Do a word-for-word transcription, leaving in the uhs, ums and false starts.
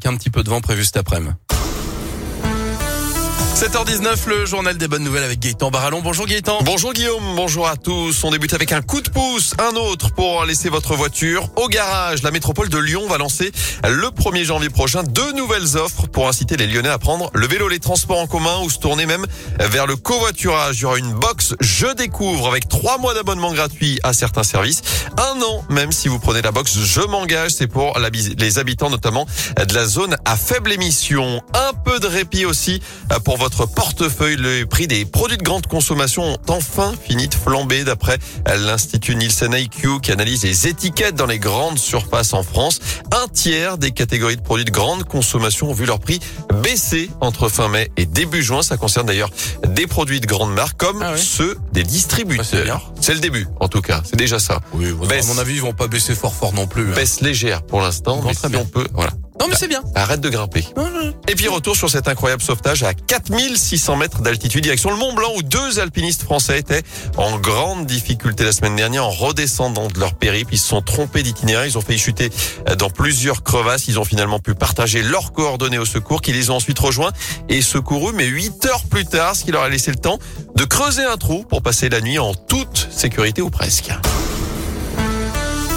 un petit peu de vent prévu cet après-midi. sept heures dix-neuf, le journal des bonnes nouvelles avec Gaëtan Barallon. Bonjour Gaëtan. Bonjour Guillaume, bonjour à tous. On débute avec un coup de pouce, un autre pour laisser votre voiture au garage. La métropole de Lyon va lancer le premier janvier prochain deux nouvelles offres pour inciter les Lyonnais à prendre le vélo, les transports en commun ou se tourner même vers le covoiturage. Il y aura une box Je Découvre avec trois mois d'abonnement gratuit à certains services. Un an même si vous prenez la box Je M'Engage. C'est pour la, les habitants notamment de la zone à faible émission. Un peu de répit aussi pour votre Votre portefeuille. Le prix des produits de grande consommation ont enfin fini de flamber d'après l'Institut Nielsen I Q qui analyse les étiquettes dans les grandes surfaces en France. Un tiers des catégories de produits de grande consommation ont vu leur prix baisser entre fin mai et début juin. Ça concerne d'ailleurs des produits de grande marque comme ah oui. ceux des distributeurs. Ah, c'est bien. C'est le début, en tout cas. C'est déjà ça. Oui, Baisse, à mon avis, ils vont pas baisser fort fort non plus. Baisse hein. légère pour l'instant, mais si on peut, voilà. Non mais c'est bien. Arrête de grimper. Et puis retour sur cet incroyable sauvetage à quatre mille six cents mètres d'altitude, direction le Mont Blanc, où deux alpinistes français étaient en grande difficulté la semaine dernière en redescendant de leur périple. Ils se sont trompés d'itinéraire, ils ont failli chuter dans plusieurs crevasses. Ils ont finalement pu partager leurs coordonnées au secours qui les ont ensuite rejoints et secourus, mais huit heures plus tard, ce qui leur a laissé le temps de creuser un trou pour passer la nuit en toute sécurité ou presque.